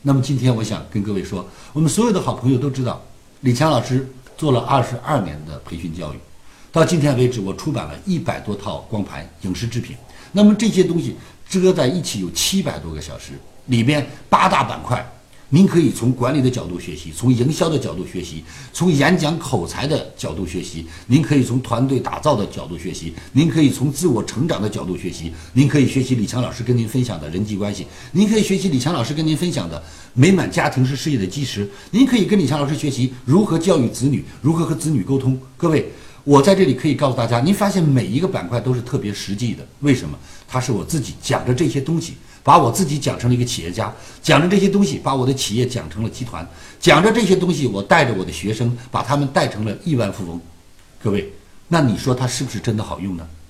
那么今天我想跟各位说，我们所有的好朋友都知道，李强老师做了22年的培训教育，到今天为止，我出版了100多套光盘影视制品。那么这些东西折在一起有700多个小时，里边8大板块，您可以从管理的角度学习，从营销的角度学习，从演讲口才的角度学习，您可以从团队打造的角度学习，您可以从自我成长的角度学习，您可以学习李强老师跟您分享的人际关系，您可以学习李强老师跟您分享的美满家庭是事业的基石，您可以跟李强老师学习如何教育子女，如何和子女沟通。各位，我在这里可以告诉大家，您发现每一个板块都是特别实际的，为什么？它是我自己讲着这些东西，把我自己讲成了一个企业家，讲着这些东西，把我的企业讲成了集团，讲着这些东西，我带着我的学生，把他们带成了亿万富翁。各位，那你说它是不是真的好用呢？